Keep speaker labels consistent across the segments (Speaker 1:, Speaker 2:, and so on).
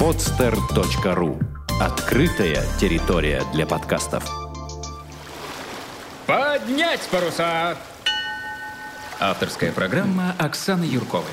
Speaker 1: podster.ru. Открытая территория для подкастов.
Speaker 2: Поднять паруса! Авторская программа Оксаны Юрковой.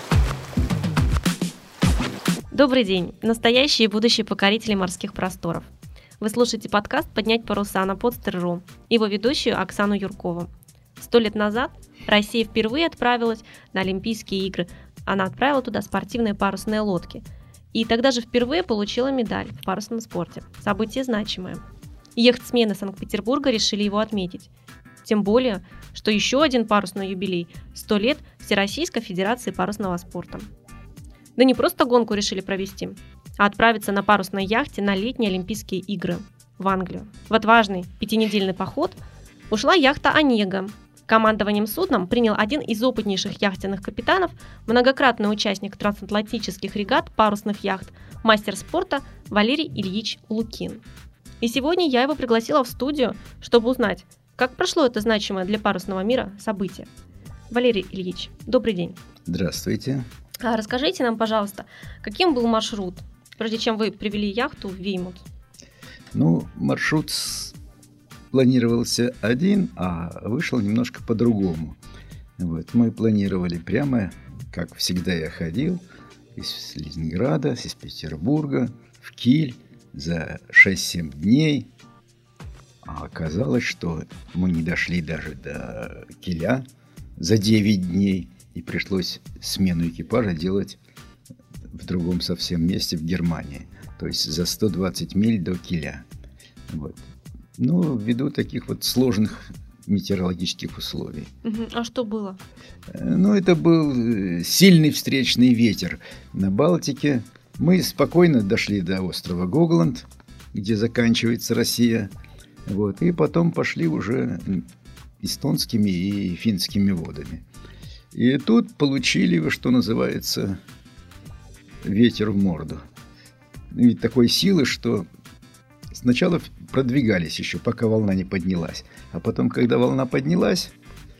Speaker 3: Добрый день, настоящие и будущие покорители морских просторов. Вы слушаете подкаст «Поднять паруса» на podster.ru, его ведущую Оксану Юркову. 100 лет назад Россия впервые отправилась на Олимпийские игры. Она отправила туда спортивные парусные лодки. И тогда же впервые получила медаль в парусном спорте. Событие значимое. Яхтсмены Санкт-Петербурга решили его отметить. Тем более, что еще один парусный юбилей – 100 лет Всероссийской Федерации парусного спорта. Да не просто гонку решили провести, а отправиться на парусной яхте на летние Олимпийские игры в Англию. В отважный 5-недельный поход ушла яхта «Онега». Командованием судном принял один из опытнейших яхтенных капитанов, многократный участник трансатлантических регат парусных яхт, мастер спорта Валерий Ильич Лукин. И сегодня я его пригласила в студию, чтобы узнать, как прошло это значимое для парусного мира событие. Валерий Ильич, добрый день.
Speaker 4: Здравствуйте.
Speaker 3: Расскажите нам, пожалуйста, каким был маршрут, прежде чем вы привели яхту в Веймут?
Speaker 4: Маршрут планировался один, а вышел немножко по-другому. Мы планировали прямо, как всегда я ходил, из Ленинграда, из Петербурга в Киль за 6-7 дней. А оказалось, что мы не дошли даже до Киля за 9 дней. И пришлось смену экипажа делать в другом совсем месте, в Германии. То есть за 120 миль до Киля. Ввиду таких сложных метеорологических условий.
Speaker 3: А что было?
Speaker 4: Это был сильный встречный ветер на Балтике. Мы спокойно дошли до острова Гогланд, где заканчивается Россия. И потом пошли уже эстонскими и финскими водами. И тут получили, что называется, ветер в морду. Ведь такой силы, что сначала продвигались еще, пока волна не поднялась. А потом, когда волна поднялась,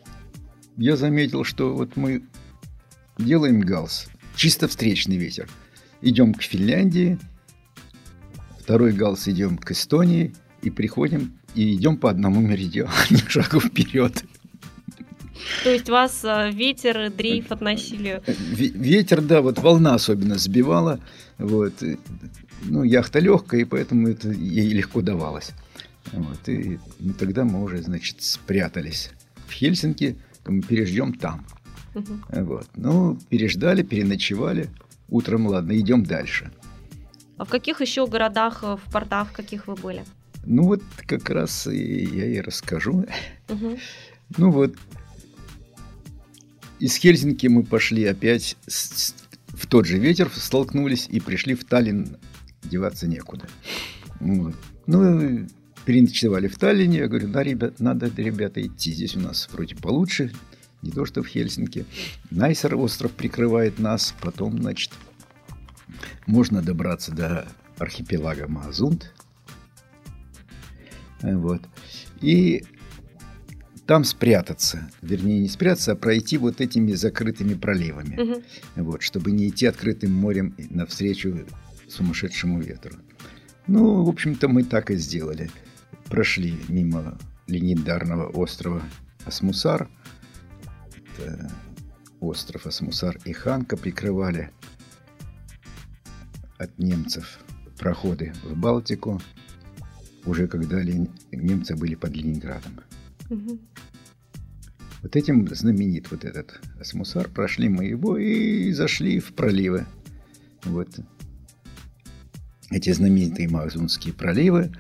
Speaker 4: я заметил, что мы делаем галс. Чисто встречный ветер. Идем к Финляндии, второй галс идем к Эстонии, и приходим, и идем по одному меридиану, шагу вперед.
Speaker 3: То есть вас ветер и дрейф относили?
Speaker 4: Ветер, да, волна особенно сбивала. Яхта легкая, и поэтому это ей легко давалось. И тогда мы уже, спрятались в Хельсинки, мы переждем там. Переждали, переночевали. Утром, ладно, идем дальше.
Speaker 3: А в каких еще городах, в портах, в каких вы были?
Speaker 4: Как раз я и расскажу. Из Хельсинки мы пошли опять в тот же ветер, столкнулись и пришли в Таллин, деваться некуда. Переночевали в Таллине. Я говорю, да, ребята, идти. Здесь у нас вроде получше, не то что в Хельсинки. Найсер остров прикрывает нас. Потом, можно добраться до архипелага Маазунд. И там спрятаться. Вернее, не спрятаться, а пройти этими закрытыми проливами. Чтобы не идти открытым морем навстречу сумасшедшему ветру. В общем-то, мы так и сделали. Прошли мимо легендарного острова Асмусар. Это остров Асмусар и Ханка прикрывали от немцев проходы в Балтику, уже когда немцы были под Ленинградом. Этим знаменит этот Асмусар. Прошли мы его и зашли в проливы. Эти знаменитые Маазундские проливы.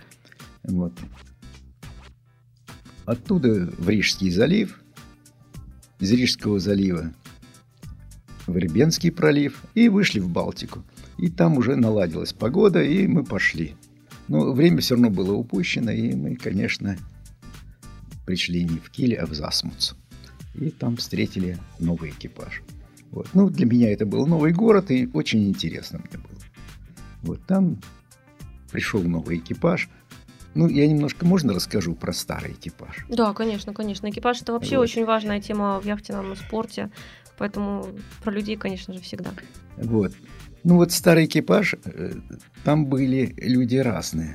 Speaker 4: Оттуда в Рижский залив. Из Рижского залива в Рыбенский пролив. И вышли в Балтику. И там уже наладилась погода, и мы пошли. Но время все равно было упущено, и мы, конечно, пришли не в Киль, а в Засмутс. И там встретили новый экипаж. Для меня это был новый город, и очень интересно мне было. Там пришел новый экипаж. Я немножко, можно расскажу про старый экипаж?
Speaker 3: Да, конечно. Экипаж – это вообще очень важная тема в яхтенном спорте, поэтому про людей, конечно же, всегда.
Speaker 4: Ну вот старый экипаж, там были люди разные.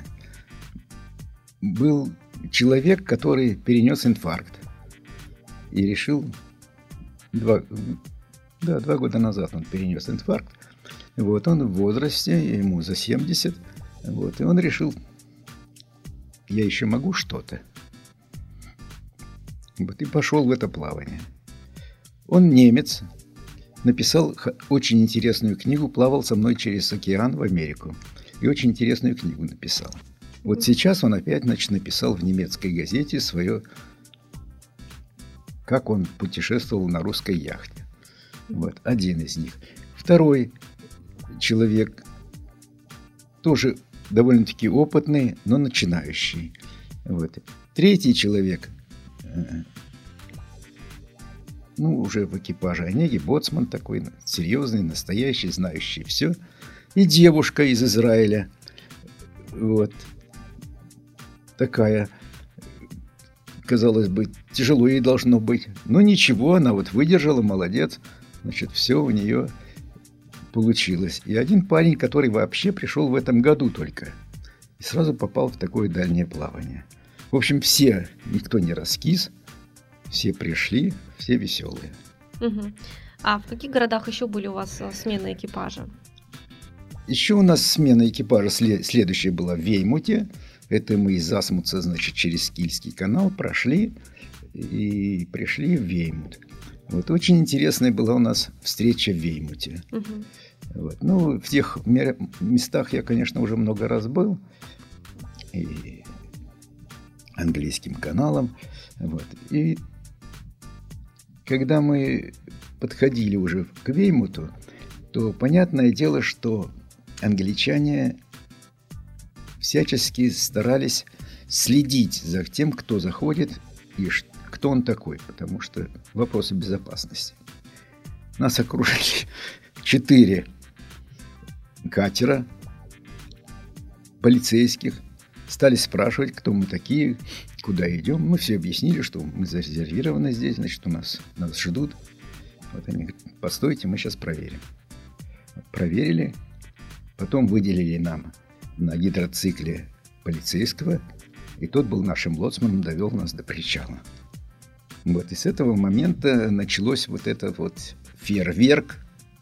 Speaker 4: Был человек, который перенес инфаркт и решил 2 года назад он перенес инфаркт. Вот он в возрасте, ему за 70. Вот, и он решил, я еще могу что-то. Вот, и пошел в это плавание. Он немец, написал очень интересную книгу, плавал со мной через океан в Америку. И очень интересную книгу написал. Вот сейчас он опять, значит, написал в немецкой газете свое, как он путешествовал на русской яхте. Вот, один из них. Второй человек, тоже довольно-таки опытный, но начинающий. Вот. Третий человек, ну, уже в экипаже Онеги, боцман такой, серьезный, настоящий, знающий все. И девушка из Израиля, вот, такая, казалось бы, тяжело ей должно быть. Но ничего, она вот выдержала, молодец. Значит, все у нее получилось. И один парень, который вообще пришел в этом году только. И сразу попал в такое дальнее плавание. В общем, все, никто не раскис. Все пришли, все веселые.
Speaker 3: Угу. А в каких городах еще были у вас смены экипажа?
Speaker 4: Еще у нас смена экипажа следующая была в Веймуте. Это мы из Асмутса, значит, через Кильский канал прошли и пришли в Веймут. Вот очень интересная была у нас встреча в Веймуте. Угу. Вот. Ну, в тех местах я, конечно, уже много раз был. И английским каналом. Вот. И когда мы подходили уже к Веймуту, то понятное дело, что англичане всячески старались следить за тем, кто заходит и кто он такой, потому что вопросы безопасности. Нас окружили 4 катера полицейских, стали спрашивать, кто мы такие, куда идем. Мы все объяснили, что мы зарезервированы здесь, значит, нас ждут. Вот они говорят, постойте, мы сейчас проверим. Проверили, потом выделили нам на гидроцикле полицейского, и тот был нашим лоцманом, довел нас до причала. Вот, и с этого момента началось вот этот вот фейерверк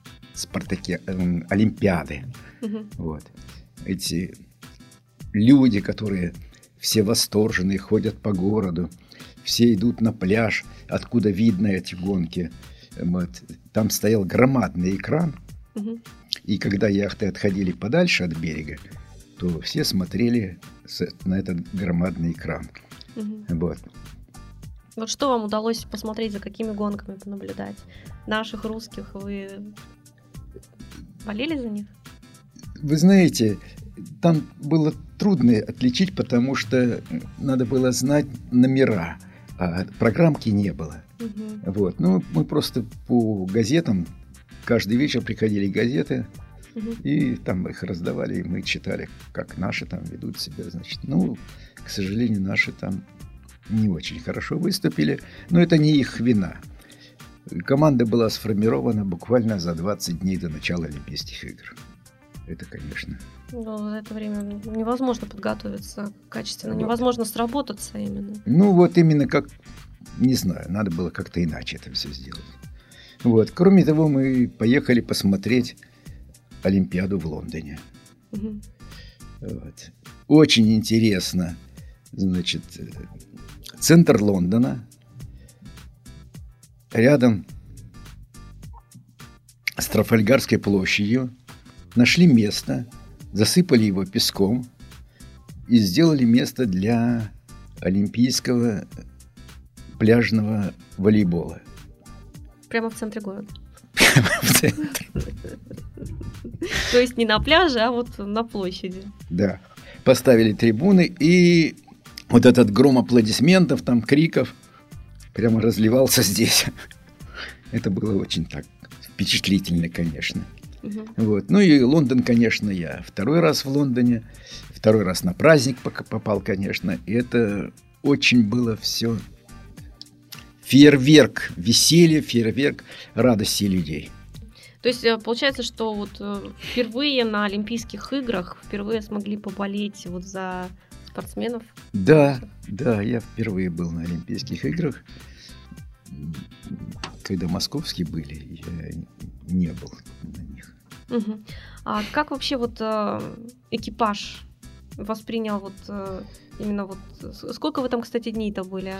Speaker 4: Олимпиады. Угу. Вот. Эти люди, которые все восторженные, ходят по городу, все идут на пляж, откуда видно эти гонки. Вот. Там стоял громадный экран, угу. И когда яхты отходили подальше от берега, то все смотрели на этот громадный экран. Угу. Вот.
Speaker 3: Вот что вам удалось посмотреть, за какими гонками понаблюдать? Наших, русских, вы болели за них?
Speaker 4: Вы знаете, там было трудно отличить, потому что надо было знать номера, а программки не было. Угу. Вот. Ну, мы просто по газетам, каждый вечер приходили газеты, угу. И там их раздавали, и мы читали, как наши там ведут себя. Значит, ну, к сожалению, наши там не очень хорошо выступили, но это не их вина. Команда была сформирована буквально за 20 дней до начала Олимпийских игр. Это, конечно.
Speaker 3: Но за это время невозможно подготовиться качественно, невозможно сработаться именно.
Speaker 4: Ну, вот именно как, не знаю, надо было как-то иначе это все сделать. Вот. Кроме того, мы поехали посмотреть Олимпиаду в Лондоне. Угу. Вот. Очень интересно. Значит, центр Лондона, рядом с Трафальгарской площадью, нашли место, засыпали его песком и сделали место для олимпийского пляжного волейбола.
Speaker 3: Прямо в центре города?
Speaker 4: Прямо в центре.
Speaker 3: То есть не на пляже, а вот на площади.
Speaker 4: Да. Поставили трибуны, и вот этот гром аплодисментов, там криков прямо разливался здесь. Это было очень так впечатлительно, конечно. Угу. Вот. Ну и Лондон, конечно, я второй раз в Лондоне, второй раз на праздник попал, конечно. И это очень было все фейерверк веселья, фейерверк радости людей.
Speaker 3: То есть получается, что вот впервые на Олимпийских играх впервые смогли поболеть вот за спортсменов?
Speaker 4: Да, я впервые был на Олимпийских играх. Когда московские были, я не был на них.
Speaker 3: Угу. А как вообще вот экипаж воспринял вот именно вот... Сколько вы там, кстати, дней-то были?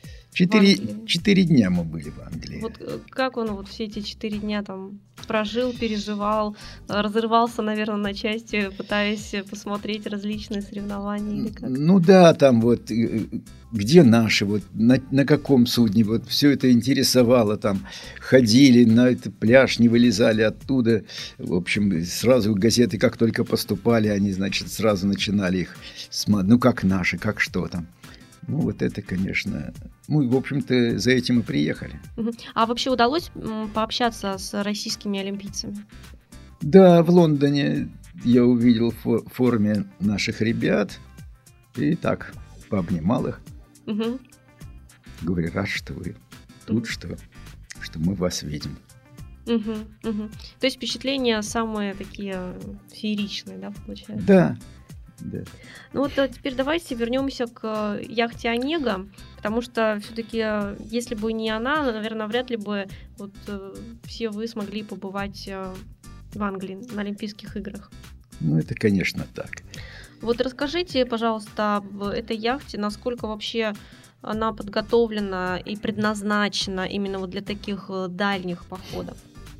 Speaker 4: 4 дня мы были в Англии.
Speaker 3: Вот как он вот все эти 4 дня там прожил, переживал, разрывался, наверное, на части, пытаясь посмотреть различные соревнования или как?
Speaker 4: Ну да, там вот где наши, вот на каком судне, вот все это интересовало, там ходили на этот пляж, не вылезали оттуда. В общем, сразу газеты, как только поступали, они, значит, сразу начинали их смотреть, ну как наши, как что там. Ну, вот это, конечно... Мы, в общем-то, за этим и приехали.
Speaker 3: А вообще удалось пообщаться с российскими олимпийцами?
Speaker 4: Да, в Лондоне я увидел в форме наших ребят. И так, пообнимал их.
Speaker 3: Угу.
Speaker 4: Говорю, рад, что вы тут, что мы вас видим.
Speaker 3: Угу. То есть впечатления самые такие фееричные, да, получается?
Speaker 4: Да.
Speaker 3: Ну вот теперь давайте вернемся к яхте «Онега», потому что все-таки, если бы не она, наверное, вряд ли бы вот все вы смогли побывать в Англии на Олимпийских играх.
Speaker 4: Ну, это, конечно, так.
Speaker 3: Вот расскажите, пожалуйста, об этой яхте, насколько вообще она подготовлена и предназначена именно вот для таких дальних походов.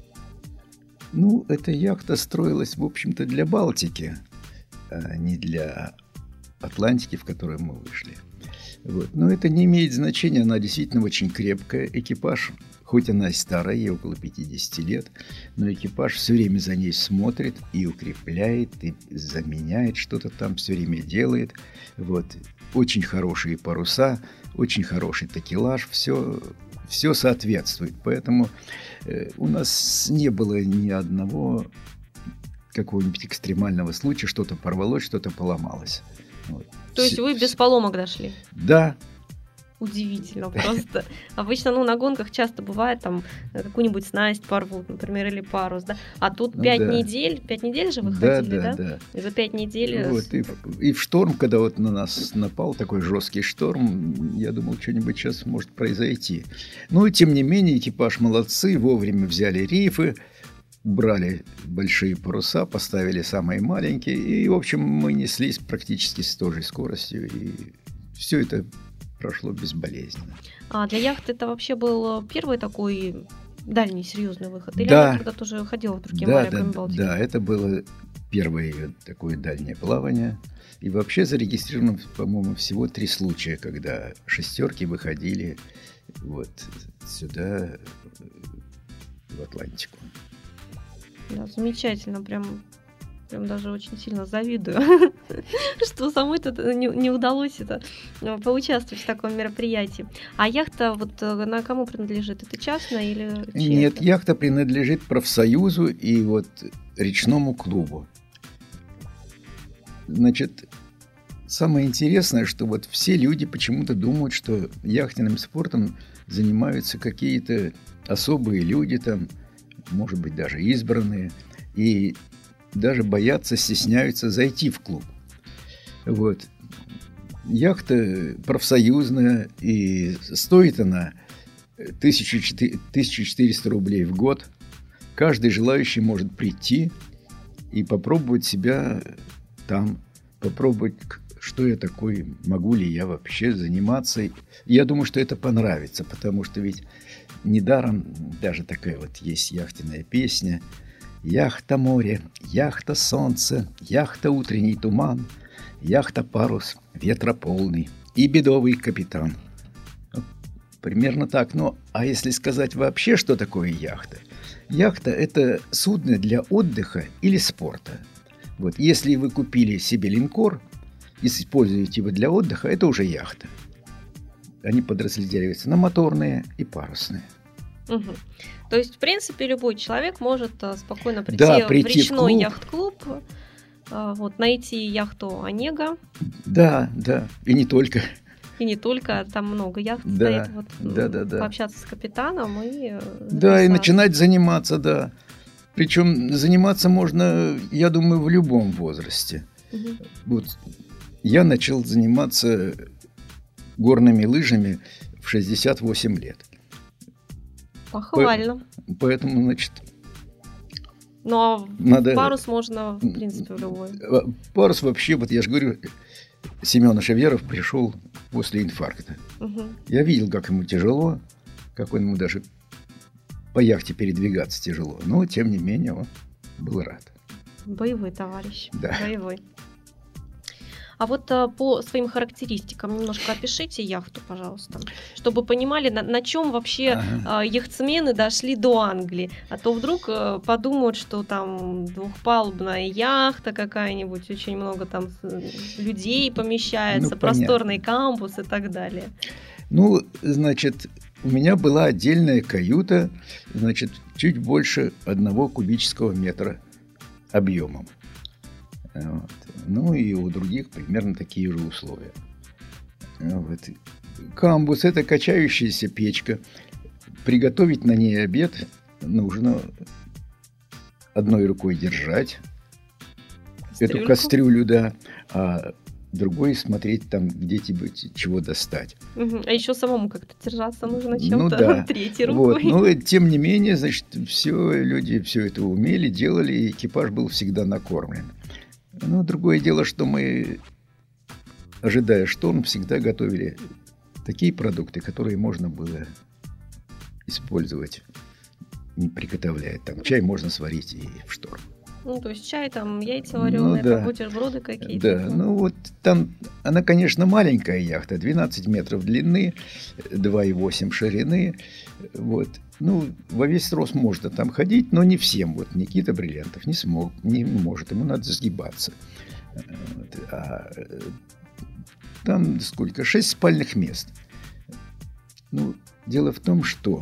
Speaker 4: Ну, эта яхта строилась, в общем-то, для Балтики, а не для Атлантики, в которую мы вышли. Вот. Но это не имеет значения, она действительно очень крепкая. Экипаж, хоть она и старая, ей около 50 лет, но экипаж все время за ней смотрит и укрепляет, и заменяет что-то там, все время делает. Вот. Очень хорошие паруса, очень хороший такелаж, все соответствует. Поэтому у нас не было ни одного какого-нибудь экстремального случая, что-то порвалось, что-то поломалось. Вот.
Speaker 3: То есть вы без поломок дошли?
Speaker 4: Да.
Speaker 3: Удивительно просто. Обычно, на гонках часто бывает, там, какую-нибудь снасть порвут, например, или парус, да? А тут 5 недель, 5 недель же вы ходили, да? И за 5 недель...
Speaker 4: Вот, и в шторм, когда вот на нас напал такой жесткий шторм, я думал, что-нибудь сейчас может произойти. Ну, и тем не менее, экипаж молодцы, вовремя взяли рифы, брали большие паруса, поставили самые маленькие, и, в общем, мы неслись практически с той же скоростью, и все это прошло безболезненно.
Speaker 3: А для яхты это вообще был первый такой дальний серьезный выход? Или
Speaker 4: да.
Speaker 3: она когда-то уже ходила в другие моря, кроме Балтики?
Speaker 4: Да, это было первое ее такое дальнее плавание. И вообще зарегистрировано, по-моему, всего 3 случая, когда шестерки выходили вот сюда, в Атлантику.
Speaker 3: Да, замечательно, прям даже очень сильно завидую, что самой-то не удалось поучаствовать в таком мероприятии. А яхта вот на кому принадлежит? Это частная или чья?
Speaker 4: Нет, яхта принадлежит профсоюзу и вот речному клубу. Значит, самое интересное, что вот все люди почему-то думают, что яхтенным спортом занимаются какие-то особые люди, там, может быть, даже избранные, и даже боятся, стесняются зайти в клуб. Вот. Яхта профсоюзная, и стоит она 1400 рублей в год. Каждый желающий может прийти и попробовать себя там, попробовать, что я такой, могу ли я вообще заниматься. Я думаю, что это понравится, потому что ведь недаром даже такая вот есть яхтенная песня: «Яхта море, яхта солнце, яхта утренний туман, яхта парус, ветра полный и бедовый капитан». Вот, примерно так. Ну, а если сказать вообще, что такое яхта? Яхта – это судно для отдыха или спорта. Вот, если вы купили себе линкор и используете его для отдыха, это уже яхта. Они подразделяются на моторные и парусные.
Speaker 3: Угу. То есть, в принципе, любой человек может спокойно прийти в речной яхт-клуб, вот, найти яхту «Онега».
Speaker 4: Да, и не только.
Speaker 3: И не только, там много яхт
Speaker 4: да,
Speaker 3: стоит. Вот,
Speaker 4: да.
Speaker 3: Пообщаться с капитаном и...
Speaker 4: Да, и начинать заниматься, да. Причем заниматься можно, я думаю, в любом возрасте. Вот я начал заниматься горными лыжами в 68 лет.
Speaker 3: Похвально.
Speaker 4: Поэтому, значит...
Speaker 3: Но парус можно, в принципе, в любой.
Speaker 4: Парус вообще, вот я же говорю, Семен Шеверов пришел после инфаркта. Я видел, как ему тяжело, как ему даже по яхте передвигаться тяжело. Но, тем не менее, он был рад.
Speaker 3: Боевой товарищ.
Speaker 4: Да.
Speaker 3: Боевой. А вот по своим характеристикам немножко опишите яхту, пожалуйста, чтобы понимали, на чем вообще яхтсмены дошли до Англии. А то вдруг подумают, что там двухпалубная яхта какая-нибудь, очень много там людей помещается, просторный камбус и так далее.
Speaker 4: Ну, значит, у меня была отдельная каюта, значит, чуть больше 1 кубического метра объемом. Вот. Ну и у других примерно такие же условия. Вот. Камбус – это качающаяся печка. Приготовить на ней обед нужно одной рукой держать эту кастрюлю, да, а другой смотреть там, где тебе чего достать.
Speaker 3: А еще самому как-то держаться нужно чем-то,
Speaker 4: ну, да.
Speaker 3: Третьей рукой.
Speaker 4: Вот. Но тем не менее, значит, люди все это умели, делали, и экипаж был всегда накормлен. Но другое дело, что мы, ожидая шторм, всегда готовили такие продукты, которые можно было использовать, не приготовляя. Там чай можно сварить и в шторм.
Speaker 3: Ну, то есть чай, там, яйца вареные,
Speaker 4: да.
Speaker 3: бутерброды какие-то.
Speaker 4: Да, ну вот там, она, конечно, маленькая яхта, 12 метров длины, 2,8 ширины, вот. Ну, во весь рост можно там ходить, но не всем. Вот Никита Бриллиантов не может, ему надо сгибаться. Вот. А там сколько? 6 спальных мест. Ну, дело в том, что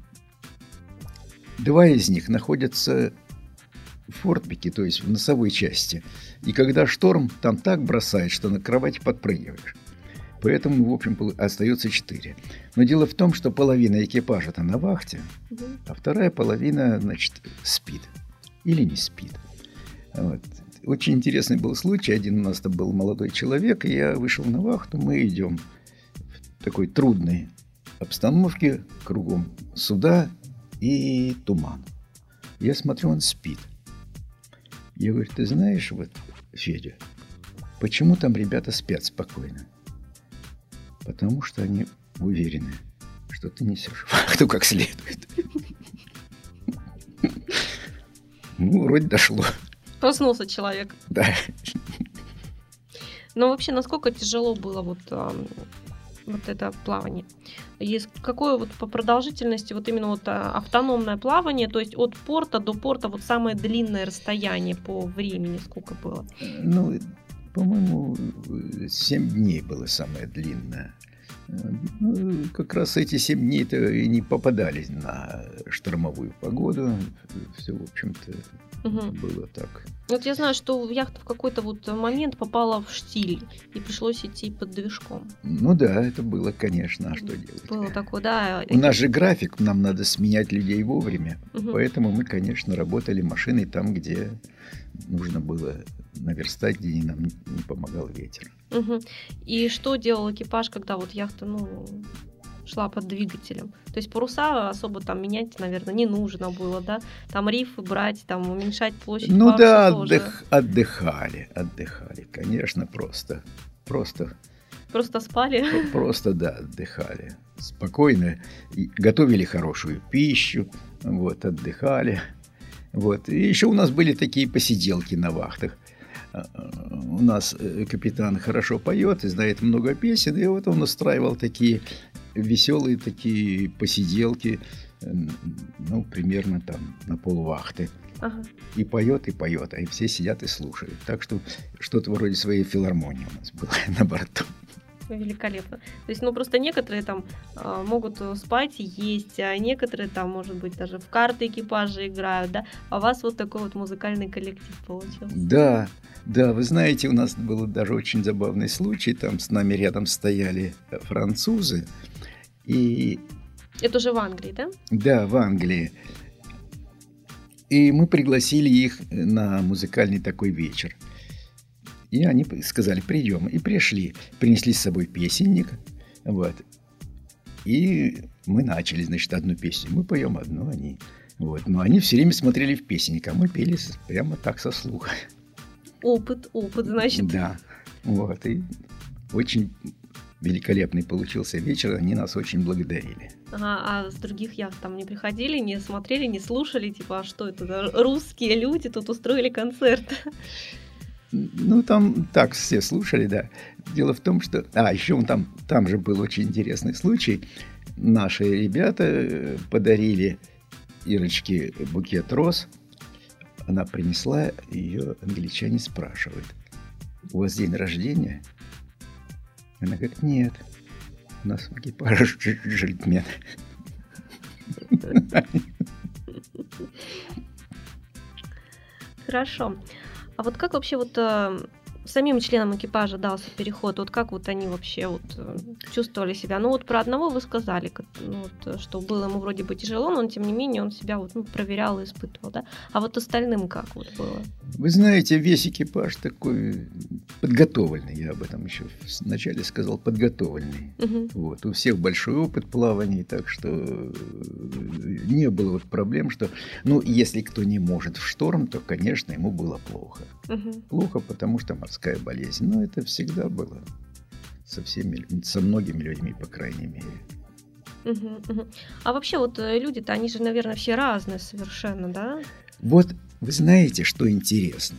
Speaker 4: 2 из них находятся в фортпике, то есть в носовой части. И когда шторм, там так бросает, что на кровати подпрыгиваешь. Поэтому, в общем, остается 4. Но дело в том, что половина экипажа-то на вахте, а вторая половина, значит, спит. Или не спит. Вот. Очень интересный был случай. Один у нас там был молодой человек, и я вышел на вахту. Мы идем в такой трудной обстановке. Кругом суда и туман. Я смотрю, он спит. Я говорю, ты знаешь, вот, Федя, почему там ребята спят спокойно? Потому что они уверены, что ты несешь вахту как следует. Ну, вроде дошло.
Speaker 3: Проснулся человек.
Speaker 4: Да.
Speaker 3: Но вообще, насколько тяжело было вот это плавание? И какое вот по продолжительности вот именно вот автономное плавание, то есть от порта до порта вот самое длинное расстояние по времени сколько было?
Speaker 4: Ну, по-моему, 7 дней было самое длинное. Ну, как раз эти 7 дней-то и не попадались на штормовую погоду. Все, в общем-то, было так.
Speaker 3: Вот я знаю, что яхта в какой-то вот момент попала в штиль и пришлось идти под движком.
Speaker 4: Ну да, это было, конечно, а что делать?
Speaker 3: Было такое, да.
Speaker 4: У нас же график, нам надо сменять людей вовремя. Поэтому мы, конечно, работали машиной там, где нужно было наверстать, где нам не помогал ветер.
Speaker 3: И что делал экипаж, когда вот яхта, шла под двигателем? То есть паруса особо там менять, наверное, не нужно было, да? Там рифы брать, там уменьшать площадь паруса.
Speaker 4: Ну да,
Speaker 3: тоже.
Speaker 4: отдыхали, конечно, просто
Speaker 3: спали?
Speaker 4: Просто, да, отдыхали. Спокойно, готовили хорошую пищу, вот, отдыхали. Вот. И еще у нас были такие посиделки на вахтах. У нас капитан хорошо поет и знает много песен, и вот он устраивал такие веселые такие посиделки, ну, примерно там на полвахты. И поет, а все сидят и слушают. Так что что-то вроде своей филармонии у нас было на борту.
Speaker 3: Великолепно. То есть, просто некоторые там могут спать и есть, а некоторые там, может быть, даже в карты экипажа играют, да? А у вас вот такой вот музыкальный коллектив получился.
Speaker 4: Да, вы знаете, у нас был даже очень забавный случай. Там с нами рядом стояли французы. И...
Speaker 3: Это уже в Англии, да?
Speaker 4: Да, в Англии. И мы пригласили их на музыкальный такой вечер. И они сказали, придем. И пришли. Принесли с собой песенник. Вот. И мы начали, значит, одну песню. Мы поем одну, они. Вот. Но они все время смотрели в песенник, а мы пели прямо так со слуха.
Speaker 3: Опыт, значит.
Speaker 4: Да. Вот. И очень великолепный получился вечер. Они нас очень благодарили.
Speaker 3: А с других яхт там не приходили, не смотрели, не слушали? Типа, а что это за русские люди тут устроили концерт?
Speaker 4: Ну, там так все слушали, да. Дело в том, что... еще там же был очень интересный случай. Наши ребята подарили Ирочке букет роз. Она принесла, ее англичане спрашивают: у вас день рождения? Она говорит: нет, у нас в экипаже джентльмен.
Speaker 3: Хорошо. А вот как вообще вот самим членам экипажа дался переход? Вот как вот они вообще вот чувствовали себя? Ну вот про одного вы сказали, что было ему вроде бы тяжело, но тем не менее он себя вот, проверял и испытывал, да? А вот остальным как вот было?
Speaker 4: Вы знаете, весь экипаж такой подготовленный, я об этом еще вначале сказал, подготовленный.
Speaker 3: Угу.
Speaker 4: Вот, у всех большой опыт плаваний, так что не было вот проблем, что, если кто не может в шторм, то, конечно, ему было плохо.
Speaker 3: Угу.
Speaker 4: Плохо, потому что морская болезнь. Но это всегда было со многими людьми, по крайней мере.
Speaker 3: Угу. А вообще вот люди-то, они же, наверное, все разные совершенно, да?
Speaker 4: Вот вы знаете, что интересно?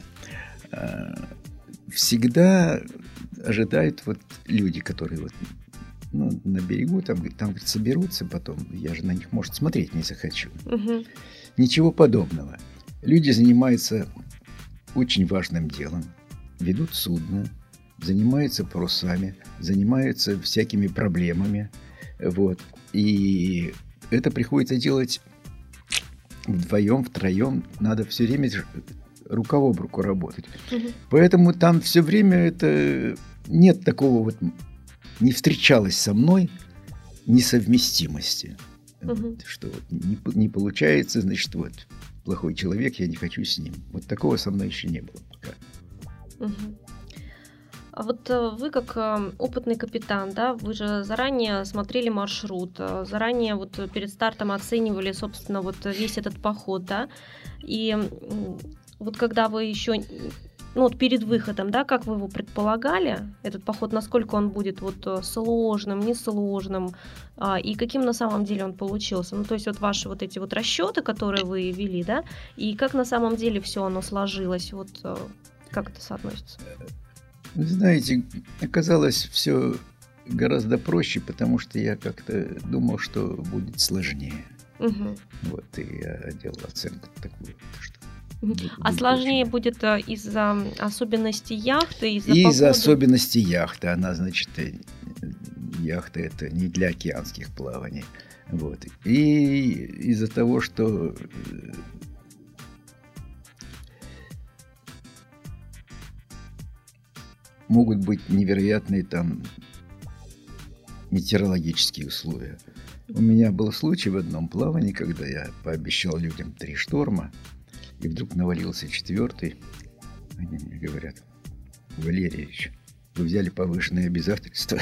Speaker 4: Всегда ожидают вот люди, которые вот, на берегу, там говорит, соберутся потом, я же на них, может, смотреть не захочу.
Speaker 3: Угу.
Speaker 4: Ничего подобного. Люди занимаются очень важным делом, ведут судно, занимаются парусами, занимаются всякими проблемами. Вот. И это приходится делать вдвоем, втроем. Надо все время рука об руку работать.
Speaker 3: Угу.
Speaker 4: Поэтому там все время это нет такого вот, не встречалось со мной несовместимости.
Speaker 3: Угу.
Speaker 4: Вот, что вот не получается, значит, вот плохой человек, я не хочу с ним. Вот такого со мной еще не было пока.
Speaker 3: Угу. А вот вы как опытный капитан, да, вы же заранее смотрели маршрут, заранее вот перед стартом оценивали, собственно, вот весь этот поход, да, и вот когда вы еще, вот перед выходом, да, как вы его предполагали, этот поход, насколько он будет вот сложным, несложным, и каким на самом деле он получился? То есть вот ваши вот эти вот расчеты, которые вы вели, да, и как на самом деле все оно сложилось, вот как это соотносится?
Speaker 4: Вы знаете, оказалось все гораздо проще, потому что я как-то думал, что будет сложнее.
Speaker 3: Угу.
Speaker 4: Вот, и я делал оценку такую, что...
Speaker 3: А сложнее будет из-за особенностей яхты?
Speaker 4: Из-за особенностей яхты. Она, значит, яхта это не для океанских плаваний. Вот. И из-за того, что могут быть невероятные там метеорологические условия. У меня был случай в одном плавании, когда я пообещал людям 3 шторма, и вдруг навалился 4-й. Они мне говорят: Валерьевич, вы взяли повышенные обязательства.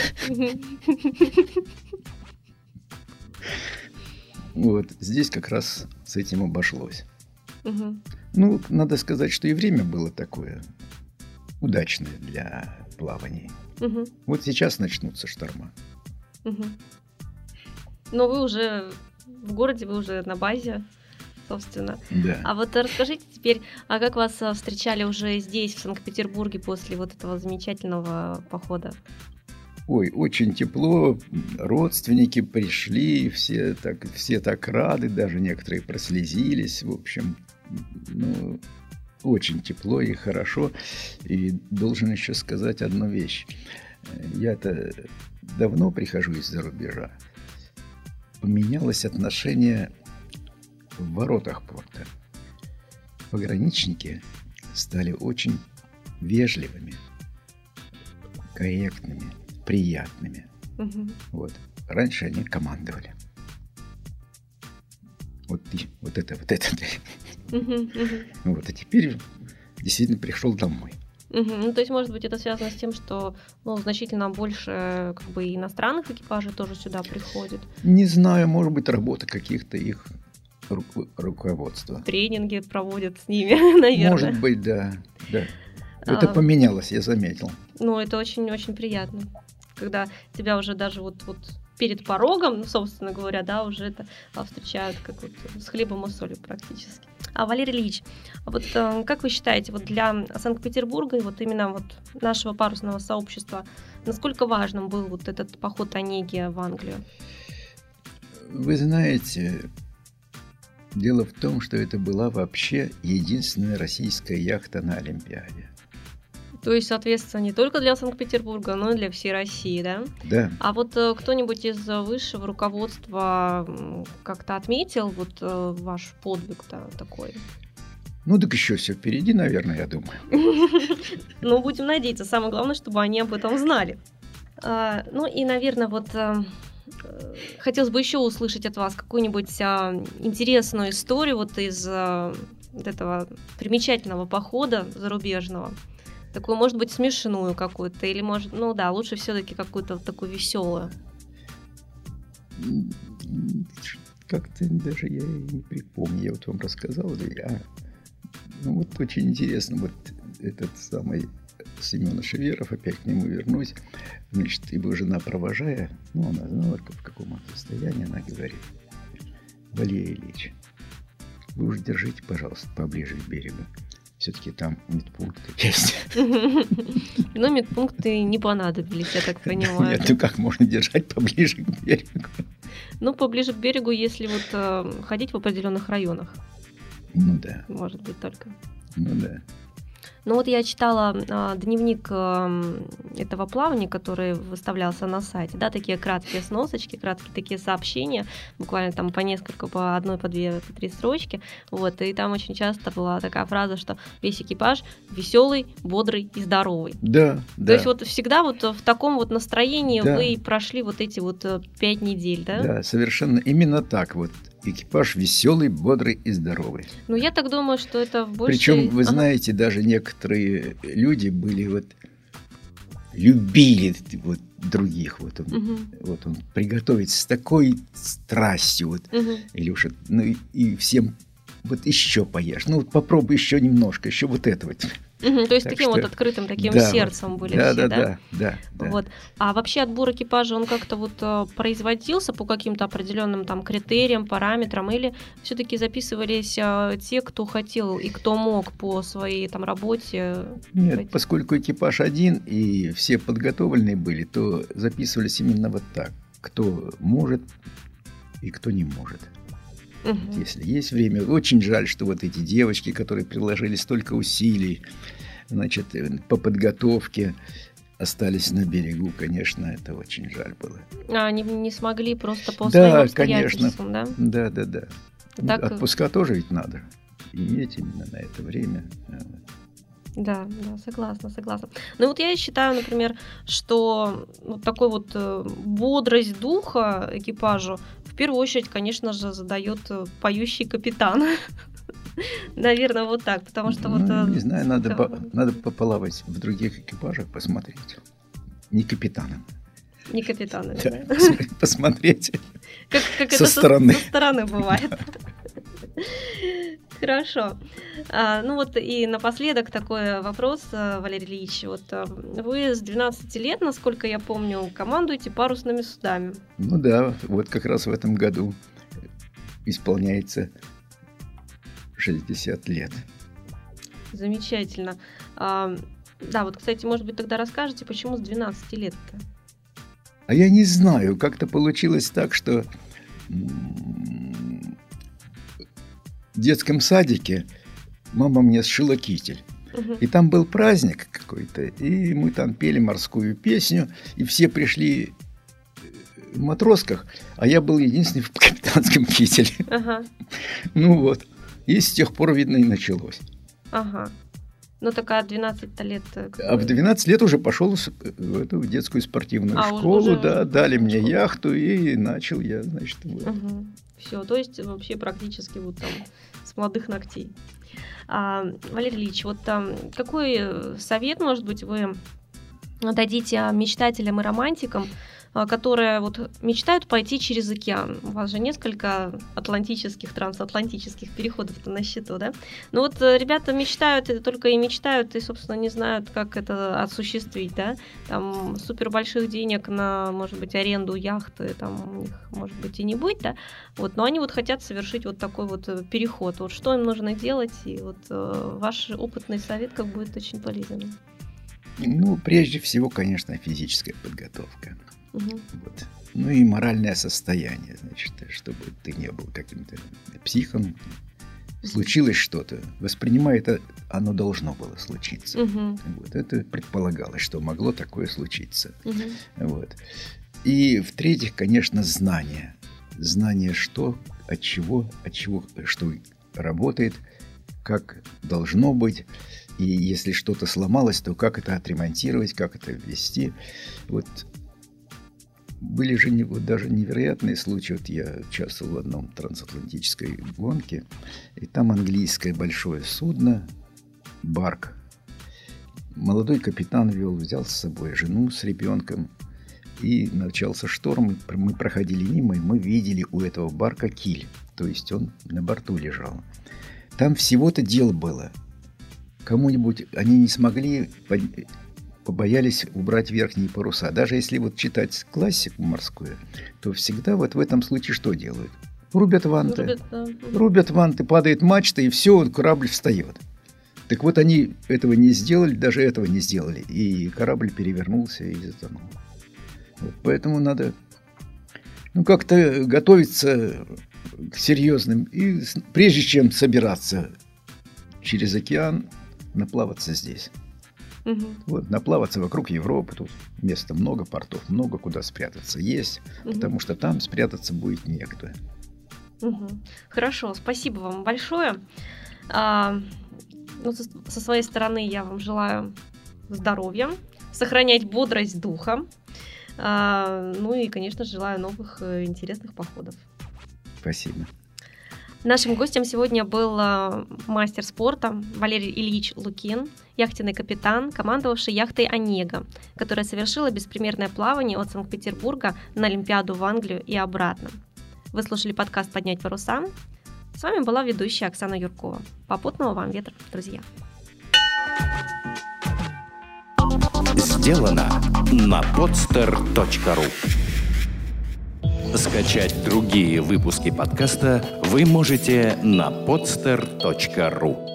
Speaker 4: Вот здесь как раз с этим обошлось. Надо сказать, что и время было такое удачное для плаваний. Вот сейчас начнутся шторма.
Speaker 3: Но вы уже в городе, вы уже на базе, собственно.
Speaker 4: Да.
Speaker 3: А вот расскажите теперь, а как вас встречали уже здесь, в Санкт-Петербурге, после вот этого замечательного похода?
Speaker 4: Ой, очень тепло, родственники пришли, все так рады, даже некоторые прослезились, в общем, очень тепло и хорошо. И должен еще сказать одну вещь. Я-то давно прихожу из-за рубежа. Поменялось отношение в воротах порта. Пограничники стали очень вежливыми, корректными, приятными. Вот. Раньше они командовали. Вот это. Вот, а теперь действительно пришел домой.
Speaker 3: Ну, то есть, может быть, это связано с тем, что значительно больше как бы иностранных экипажей тоже сюда приходит.
Speaker 4: Не знаю, может быть, работа каких-то их руководства.
Speaker 3: Тренинги проводят с ними, наверное.
Speaker 4: Может быть, да. Это поменялось, я заметил.
Speaker 3: Ну, это очень-очень приятно, когда тебя уже даже вот перед порогом, собственно говоря, да, уже это встречают как вот с хлебом и солью практически. Валерий Ильич, вот как вы считаете, вот для Санкт-Петербурга и вот именно вот нашего парусного сообщества, насколько важным был вот этот поход Онеги в Англию?
Speaker 4: Вы знаете, дело в том, что это была вообще единственная российская яхта на Олимпиаде.
Speaker 3: То есть, соответственно, не только для Санкт-Петербурга, но и для всей России, да?
Speaker 4: Да.
Speaker 3: А вот кто-нибудь из высшего руководства как-то отметил вот ваш подвиг-то такой?
Speaker 4: Ну, так еще все впереди, наверное, я думаю.
Speaker 3: Ну, будем надеяться. Самое главное, чтобы они об этом знали. Ну и, наверное, вот хотелось бы еще услышать от вас какую-нибудь интересную историю вот из вот этого примечательного похода зарубежного. Такую, может быть, смешную какую-то, или, может, лучше все-таки какую-то такую веселую.
Speaker 4: Как-то даже я не припомню. Я вот вам рассказал. Вот очень интересно, вот этот самый Семен Шеверов, опять к нему вернусь. Значит, его жена, провожая, она знала, в каком он состоянии, она говорит: Валерий Ильич, вы уж держите, пожалуйста, поближе к берегу. Все-таки там медпункты есть.
Speaker 3: Но медпункты не понадобились, я так понимаю.
Speaker 4: Нет, как можно держать поближе к берегу?
Speaker 3: Поближе к берегу, если вот ходить в определенных районах.
Speaker 4: Ну да.
Speaker 3: Может быть, только.
Speaker 4: Ну да.
Speaker 3: Ну вот я читала дневник этого плавания, который выставлялся на сайте, да, такие краткие сносочки, краткие такие сообщения, буквально там по несколько, по одной, по две, по три строчки, вот, и там очень часто была такая фраза, что весь экипаж веселый, бодрый и здоровый.
Speaker 4: Да,
Speaker 3: То есть вот всегда вот в таком вот настроении вы прошли вот эти вот 5 недель, да? Да,
Speaker 4: совершенно именно так вот. Экипаж веселый, бодрый и здоровый.
Speaker 3: Ну, я так думаю, что это в большей...
Speaker 4: Причем, вы знаете, даже некоторые люди были любили других. Вот он приготовить с такой страстью. Илюша, и всем еще поешь. Попробуй еще немножко, еще вот это вот.
Speaker 3: То есть таким вот открытым таким сердцем были все, да?
Speaker 4: Да.
Speaker 3: Вот. А вообще отбор экипажа, он как-то производился по каким-то определенным там критериям, параметрам, или все-таки записывались те, кто хотел и кто мог по своей там работе?
Speaker 4: Нет, поскольку экипаж один и все подготовленные были, то записывались именно вот так. Кто может и кто не может. Если есть время. Очень жаль, что вот эти девочки, которые приложили столько усилий, значит, по подготовке, остались на берегу. Конечно, это очень жаль было.
Speaker 3: Они не смогли просто по своим обстоятельствам, да?
Speaker 4: Да. Так... Отпуска тоже ведь надо иметь именно на это время.
Speaker 3: Да, согласна. Ну вот я считаю, например, что такой вот бодрость духа экипажу в первую очередь, конечно же, задает поющий капитан. Наверное, вот так, потому что
Speaker 4: не знаю, надо поплавать в других экипажах, посмотреть. Не капитаном.
Speaker 3: Не капитаном,
Speaker 4: да? Посмотреть
Speaker 3: как
Speaker 4: со стороны.
Speaker 3: Со стороны бывает. Хорошо. Ну вот и напоследок такой вопрос, Валерий Ильич. Вот вы с 12 лет, насколько я помню, командуете парусными судами.
Speaker 4: Ну да, вот как раз в этом году исполняется 60 лет.
Speaker 3: Замечательно. Да, вот, кстати, может быть, тогда расскажете, почему с 12 лет-то?
Speaker 4: А я не знаю, как-то получилось так, что в детском садике мама мне сшила китель. И там был праздник какой-то, и мы там пели морскую песню, и все пришли в матросках, а я был единственный в капитанском кителе. Ну вот. И с тех пор, видно, и началось.
Speaker 3: Ага. Ну, такая 12 лет.
Speaker 4: А в 12 лет уже пошел в эту детскую спортивную школу,
Speaker 3: уже
Speaker 4: да, дали мне яхту, и начал я, значит, вот.
Speaker 3: Все, то есть вообще практически вот там с молодых ногтей. Валерий Ильич, вот какой совет, может быть, вы дадите мечтателям и романтикам, которые вот мечтают пойти через океан? У вас же несколько атлантических, трансатлантических переходов на счету, да? Но вот ребята мечтают, и только и мечтают, и, собственно, не знают, как это осуществить, да? Там супер больших денег на, может быть, аренду яхты, там у них, может быть, и не быть, да? Вот, но они вот хотят совершить вот такой вот переход. Вот что им нужно делать? И вот ваш опытный совет как будет очень полезен.
Speaker 4: Ну, прежде всего, конечно, физическая подготовка. Вот. Ну и моральное состояние, значит, чтобы ты не был каким-то психом. Случилось что-то, воспринимай это, оно должно было случиться. Вот. Это предполагалось, что могло такое случиться. Вот. И в-третьих, конечно, знание. Знание, что, от чего, что работает, как должно быть. И если что-то сломалось, то как это отремонтировать, как это ввести. Вот. Были же даже невероятные случаи. Вот я участвовал в одном трансатлантической гонке, и там английское большое судно, барк. Молодой капитан взял с собой жену с ребенком, и начался шторм. Мы проходили мимо, и мы видели у этого барка киль, то есть он на борту лежал. Там всего-то дел было. Кому-нибудь они не смогли, побоялись убрать верхние паруса. Даже если вот читать классику морскую, то всегда вот в этом случае что делают? Рубят ванты. Рубят ванты, падает мачта, и все, корабль встает. Так вот, они этого не сделали, даже этого не сделали. И корабль перевернулся и затонул. Вот поэтому надо как-то готовиться к серьезным. И прежде чем собираться через океан, наплаваться здесь. Вот, наплаваться вокруг Европы, тут места много, портов много, куда спрятаться есть, потому что там спрятаться будет негде.
Speaker 3: Хорошо, спасибо вам большое. Со своей стороны я вам желаю здоровья, сохранять бодрость духа, ну и, конечно, желаю новых интересных походов.
Speaker 4: Спасибо.
Speaker 3: Нашим гостем сегодня был мастер спорта Валерий Ильич Лукин, яхтенный капитан, командовавший яхтой «Онега», которая совершила беспримерное плавание от Санкт-Петербурга на Олимпиаду в Англию и обратно. Вы слушали подкаст «Поднять паруса». С вами была ведущая Оксана Юркова. Попутного вам ветра, друзья.
Speaker 1: Сделано на podster.ru. Скачать другие выпуски подкаста вы можете на podster.ru.